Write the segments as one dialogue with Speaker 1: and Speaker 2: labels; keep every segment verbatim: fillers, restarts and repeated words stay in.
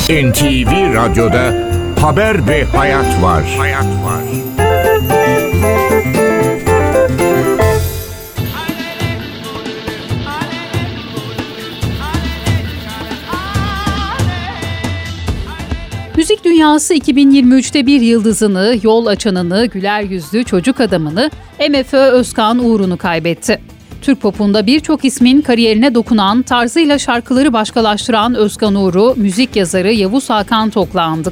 Speaker 1: N T V Radyo'da haber ve hayat var. Hayat var.
Speaker 2: Müzik dünyası iki bin yirmi üçte bir yıldızını, yol açanını, güler yüzlü çocuk adamını M F Ö Özkan Uğur'unu kaybetti. Türk popunda birçok ismin kariyerine dokunan, tarzıyla şarkıları başkalaştıran Özkan Uğur'u müzik yazarı Yavuz Hakan Tok'la andık.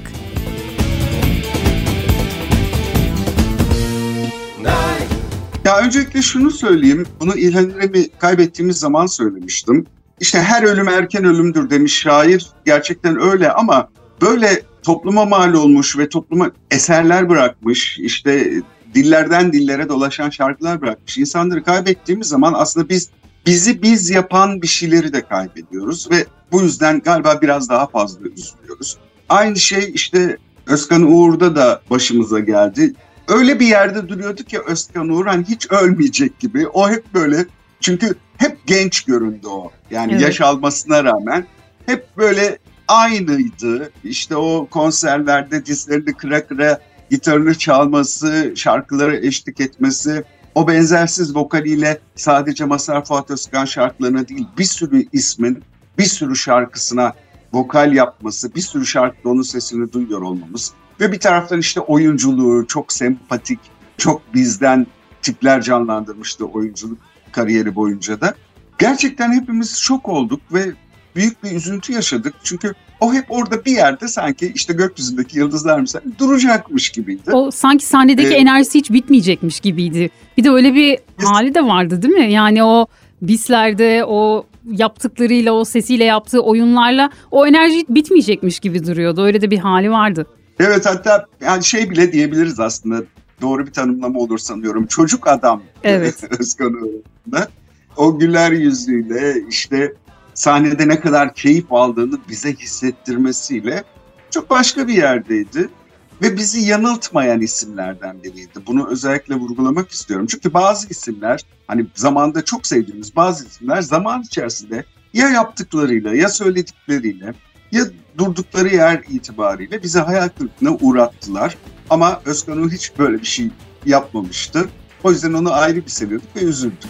Speaker 3: Ya öncelikle şunu söyleyeyim, bunu İlhan İrem'i kaybettiğimiz zaman söylemiştim. İşte her ölüm erken ölümdür demiş şair, gerçekten öyle ama böyle topluma mal olmuş ve topluma eserler bırakmış, işte dillerden dillere dolaşan şarkılar bırakmış insanları kaybettiğimiz zaman aslında biz bizi biz yapan bir şeyleri de kaybediyoruz ve bu yüzden galiba biraz daha fazla üzülüyoruz. Aynı şey işte Özkan Uğur'da da başımıza geldi. Öyle bir yerde duruyordu ki Özkan Uğur hani hiç ölmeyecek gibi. O hep böyle, çünkü hep genç göründü o. Yani evet. Yaş almasına rağmen hep böyle aynıydı. İşte o konserlerde dizlerini kıra kıra gitarını çalması, şarkılara eşlik etmesi, o benzersiz vokaliyle sadece Mazhar Fuat Özkan şarkılarına değil bir sürü ismin bir sürü şarkısına vokal yapması, bir sürü şarkıda onun sesini duyuyor olmamız ve bir taraftan işte oyunculuğu çok sempatik, çok bizden tipler canlandırmıştı oyunculuk kariyeri boyunca da. Gerçekten hepimiz şok olduk ve büyük bir üzüntü yaşadık. Çünkü o hep orada bir yerde sanki işte gökyüzündeki yıldızlar mesela duracakmış gibiydi.
Speaker 2: O sanki sahnedeki ee, enerjisi hiç bitmeyecekmiş gibiydi. Bir de öyle bir biz, hali de vardı değil mi? Yani o bislerde o yaptıklarıyla, o sesiyle yaptığı oyunlarla o enerji bitmeyecekmiş gibi duruyordu. Öyle de bir hali vardı.
Speaker 3: Evet, hatta yani şey bile diyebiliriz aslında, doğru bir tanımlama olur sanıyorum. Çocuk adam
Speaker 2: evet.
Speaker 3: Özkan Uğur'da. O güler yüzüyle işte sahnede ne kadar keyif aldığını bize hissettirmesiyle çok başka bir yerdeydi. Ve bizi yanıltmayan isimlerden biriydi. Bunu özellikle vurgulamak istiyorum. Çünkü bazı isimler, hani zamanda çok sevdiğimiz bazı isimler zaman içerisinde ya yaptıklarıyla ya söyledikleriyle ya durdukları yer itibariyle bize hayal kırıklığına uğrattılar. Ama Özkan Uğur hiç böyle bir şey yapmamıştı. O yüzden onu ayrı bir seviyorduk ve üzüldük.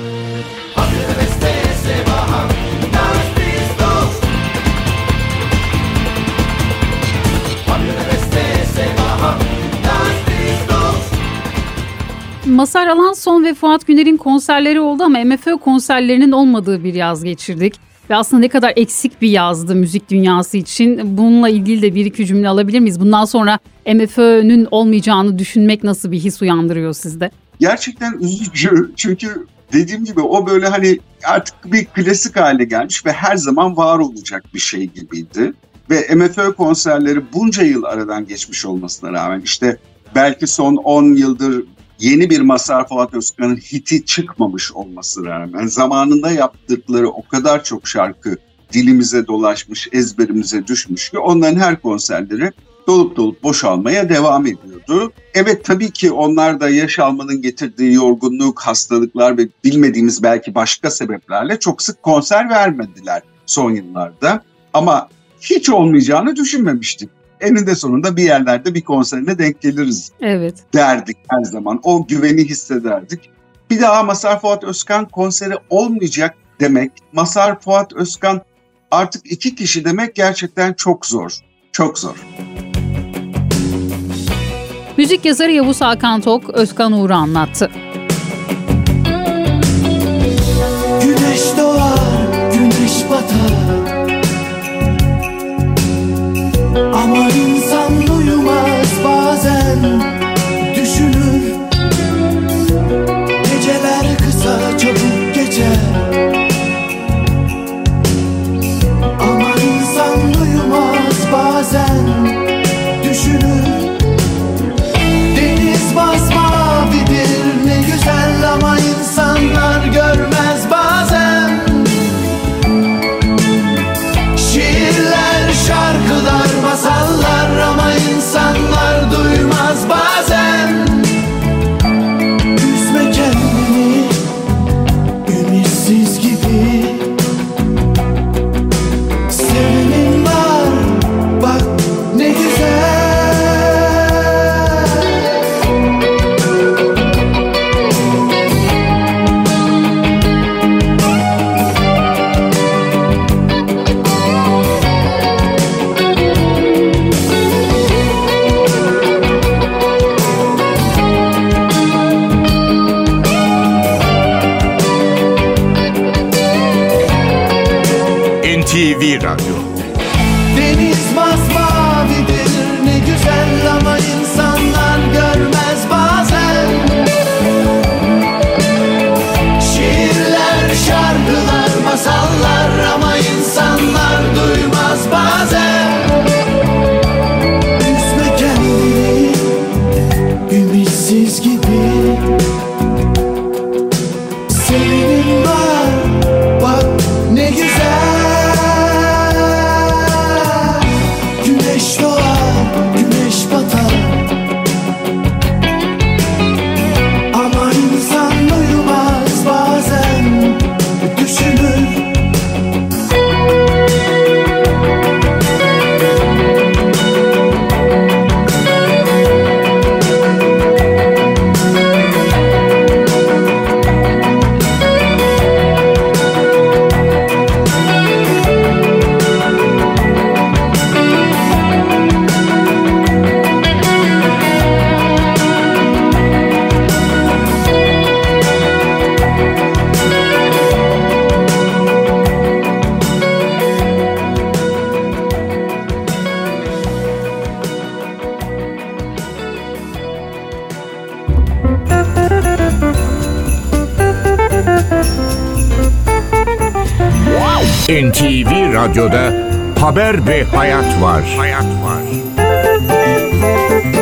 Speaker 2: Mazhar Alanson ve Fuat Güner'in konserleri oldu ama M F Ö konserlerinin olmadığı bir yaz geçirdik. Ve aslında ne kadar eksik bir yazdı müzik dünyası için. Bununla ilgili de bir iki cümle alabilir miyiz? Bundan sonra M F Ö'nün olmayacağını düşünmek nasıl bir his uyandırıyor sizde?
Speaker 3: Gerçekten üzücü. Çünkü dediğim gibi o böyle hani artık bir klasik hale gelmiş ve her zaman var olacak bir şey gibiydi. Ve M F Ö konserleri bunca yıl aradan geçmiş olmasına rağmen işte belki son on yıldır yeni bir Mazhar Fuat Özkan'ın hiti çıkmamış olması rağmen zamanında yaptıkları o kadar çok şarkı dilimize dolaşmış, ezberimize düşmüş ki onların her konserleri dolup dolup boşalmaya devam ediyordu. Evet, tabii ki onlar da yaş almanın getirdiği yorgunluk, hastalıklar ve bilmediğimiz belki başka sebeplerle çok sık konser vermediler son yıllarda. Ama hiç olmayacağını düşünmemiştik. Eninde sonunda bir yerlerde bir konserine denk geliriz
Speaker 2: evet.
Speaker 3: derdik her zaman. O güveni hissederdik. Bir daha Mazhar Fuat Özkan konseri olmayacak demek, Mazhar Fuat Özkan artık iki kişi demek gerçekten çok zor. Çok zor.
Speaker 2: Müzik yazarı Yavuz Hakan Tok, Özkan Uğur'u anlattı.
Speaker 4: Güneş doğar, güneş batar. Ama insan uyumaz bazen, düşünür. Geceler kısa çabuk geçer. Ama insan uyumaz bazen, düşünür. Deniz masmavidir, nehir
Speaker 1: T V Radyo.
Speaker 4: Deniz masmavidir ne güzel ama insanlar görmez bazen. Şiirler, şarkılar, masallar ama insanlar duymaz bazen. Üzme kendini ümitsiz gibi. Senin var bak ne güzel. Güneş doğar, güneş batar. Ama insan uyumaz bazen, düşünür.
Speaker 1: N T V Radyo'da Haber ve Hayat var. Hayat var.